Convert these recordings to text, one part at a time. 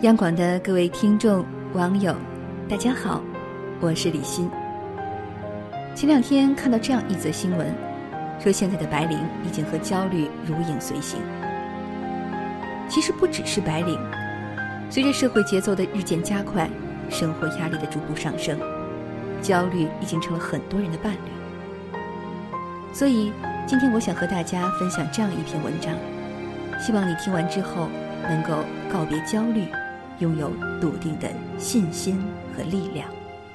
央广的各位听众网友大家好，我是李欣。前两天看到这样一则新闻，说现在的白领已经和焦虑如影随形。其实不只是白领，随着社会节奏的日渐加快，生活压力的逐步上升，焦虑已经成了很多人的伴侣。所以今天我想和大家分享这样一篇文章，希望你听完之后能够告别焦虑，拥有笃定的信心和力量。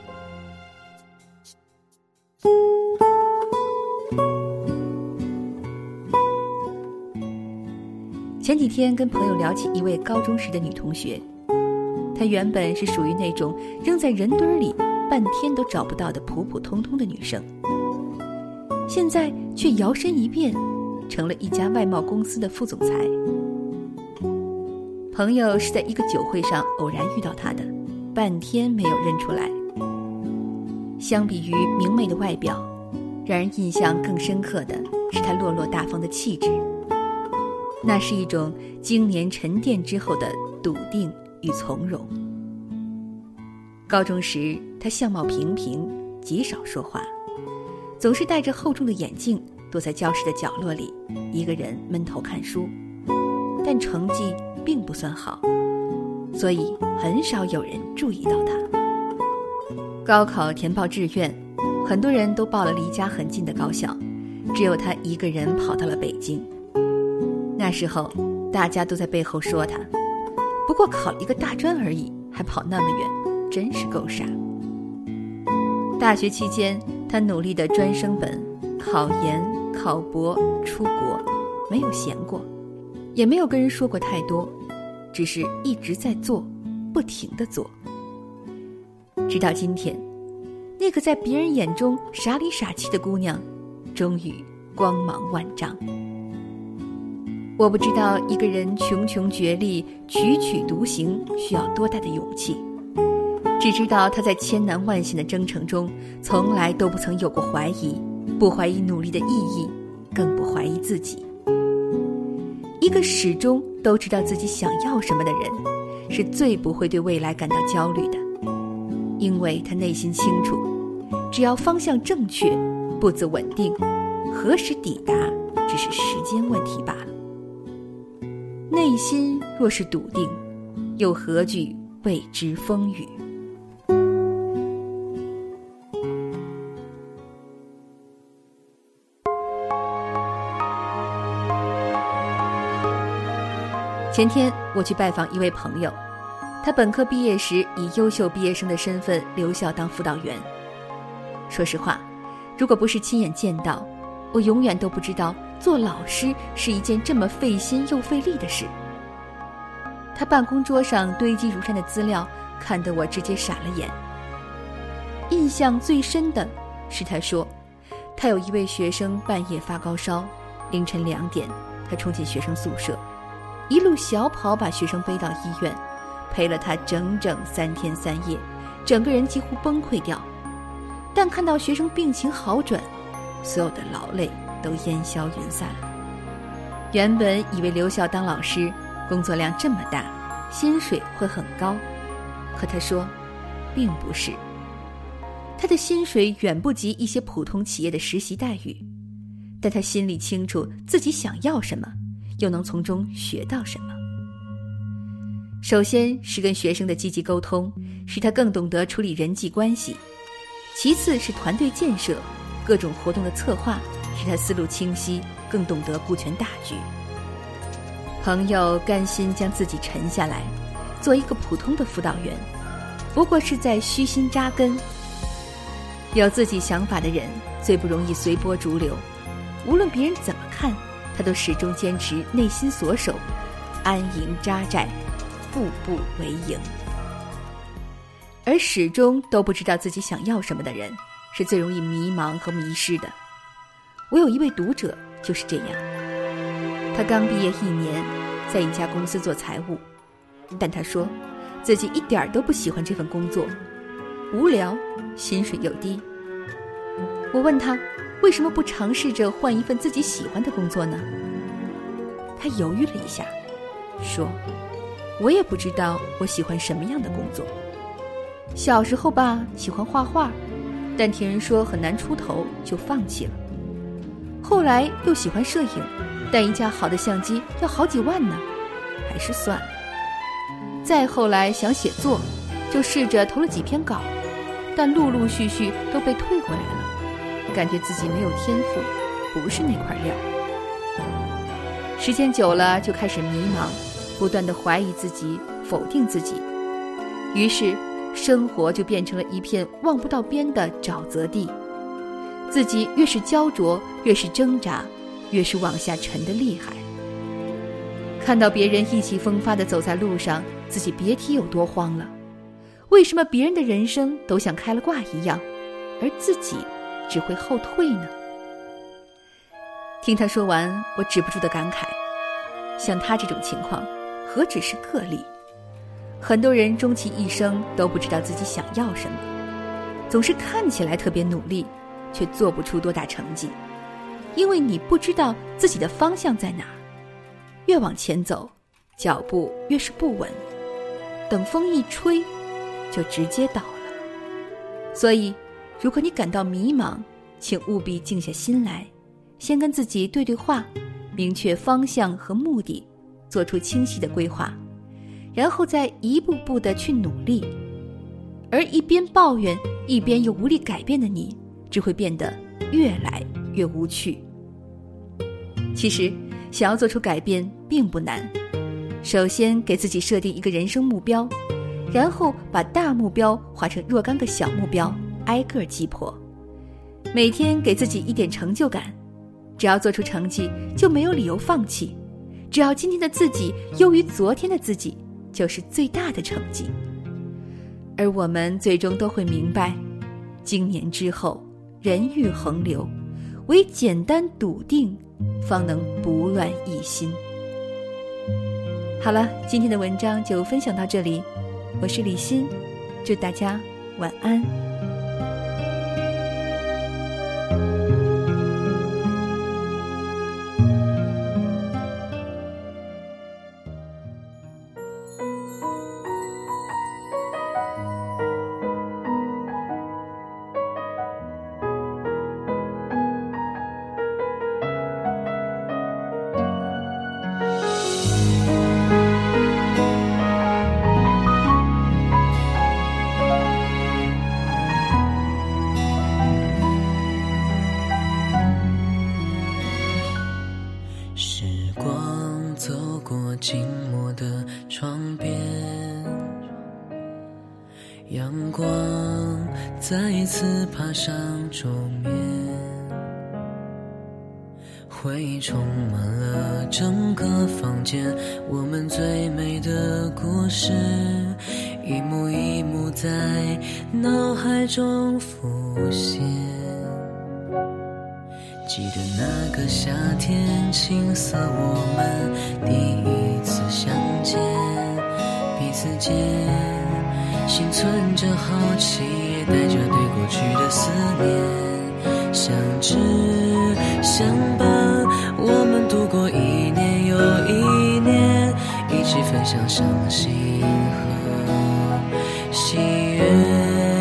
前几天跟朋友聊起一位高中时的女同学，她原本是属于那种扔在人堆里半天都找不到的普普通通的女生，现在却摇身一变成了一家外贸公司的副总裁。朋友是在一个酒会上偶然遇到她的，半天没有认出来。相比于明媚的外表，让人印象更深刻的是她落落大方的气质，那是一种经年沉淀之后的笃定与从容。高中时她相貌平平，极少说话，总是戴着厚重的眼镜，躲在教室的角落里一个人闷头看书，但成绩并不算好，所以很少有人注意到她。高考填报志愿，很多人都报了离家很近的高校，只有她一个人跑到了北京。那时候大家都在背后说她，不过考了一个大专而已，还跑那么远，真是够傻。大学期间她努力的专升本、考研、考博、出国，没有闲过，也没有跟人说过太多，只是一直在做，不停地做。直到今天，那个在别人眼中傻里傻气的姑娘，终于光芒万丈。我不知道一个人穷穷绝力、踽踽独行需要多大的勇气，只知道她在千难万险的征程中，从来都不曾有过怀疑，不怀疑努力的意义，更不怀疑自己。一个始终都知道自己想要什么的人，是最不会对未来感到焦虑的，因为他内心清楚，只要方向正确，步子稳定，何时抵达只是时间问题罢了。内心若是笃定，又何惧未知风雨？前天我去拜访一位朋友，他本科毕业时以优秀毕业生的身份留校当辅导员。说实话，如果不是亲眼见到，我永远都不知道做老师是一件这么费心又费力的事。他办公桌上堆积如山的资料，看得我直接傻了眼。印象最深的是他说，他有一位学生半夜发高烧，凌晨2点，他冲进学生宿舍，一路小跑把学生背到医院，陪了他整整3天3夜，整个人几乎崩溃掉。但看到学生病情好转，所有的劳累都烟消云散了。原本以为留校当老师，工作量这么大，薪水会很高，可他说并不是。他的薪水远不及一些普通企业的实习待遇，但他心里清楚自己想要什么，又能从中学到什么。首先是跟学生的积极沟通，使他更懂得处理人际关系；其次是团队建设，各种活动的策划，使他思路清晰，更懂得顾全大局。朋友甘心将自己沉下来，做一个普通的辅导员，不过是在虚心扎根。有自己想法的人最不容易随波逐流，无论别人怎么看，他都始终坚持内心所守，安营扎寨，步步为营。而始终都不知道自己想要什么的人，是最容易迷茫和迷失的。我有一位读者就是这样，他刚毕业1年，在一家公司做财务，但他说自己一点都不喜欢这份工作，无聊，薪水又低。我问他为什么不尝试着换一份自己喜欢的工作呢？他犹豫了一下，说我也不知道我喜欢什么样的工作。小时候吧，喜欢画画，但听人说很难出头，就放弃了。后来又喜欢摄影，但一架好的相机要好几万呢，还是算了。再后来想写作，就试着投了几篇稿，但陆陆续续都被退回来了，感觉自己没有天赋，不是那块料。时间久了就开始迷茫，不断地怀疑自己，否定自己，于是生活就变成了一片望不到边的沼泽地。自己越是焦灼，越是挣扎，越是往下沉得厉害。看到别人意气风发地走在路上，自己别提有多慌了。为什么别人的人生都像开了挂一样，而自己只会后退呢？听他说完，我止不住的感慨，像他这种情况何止是个例，很多人终其一生都不知道自己想要什么，总是看起来特别努力，却做不出多大成绩，因为你不知道自己的方向在哪儿，越往前走，脚步越是不稳，等风一吹，就直接倒了。所以，如果你感到迷茫，请务必静下心来，先跟自己对对话，明确方向和目的，做出清晰的规划，然后再一步步地去努力。而一边抱怨，一边又无力改变的你，只会变得越来越无趣。其实，想要做出改变并不难，首先给自己设定一个人生目标，然后把大目标划成若干个小目标，挨个击破。每天给自己一点成就感，只要做出成绩，就没有理由放弃。只要今天的自己优于昨天的自己，就是最大的成绩。而我们最终都会明白，经年之后，人欲横流，唯简单笃定，方能不乱一心。好了，今天的文章就分享到这里，我是李欣，祝大家晚安。 静默的窗边，阳光再一次爬上桌面，回忆充满了整个房间，我们最美的故事一幕一幕在脑海中浮现。记得那个夏天，青涩我们第一次相见，彼此间心存着好奇，也带着对过去的思念，相知相伴，我们度过一年又一年，一起分享伤心和喜悦。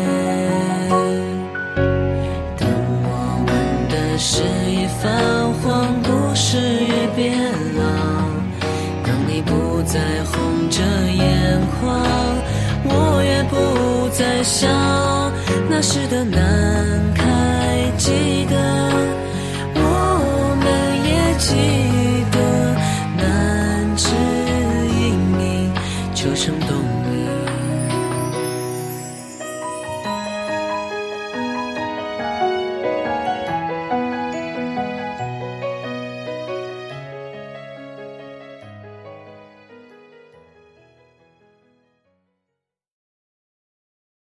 是一泛黄，故事也变老。当你不再红着眼眶，我也不再笑。那时的难开，记得，我们也记得，南枝隐隐，旧城都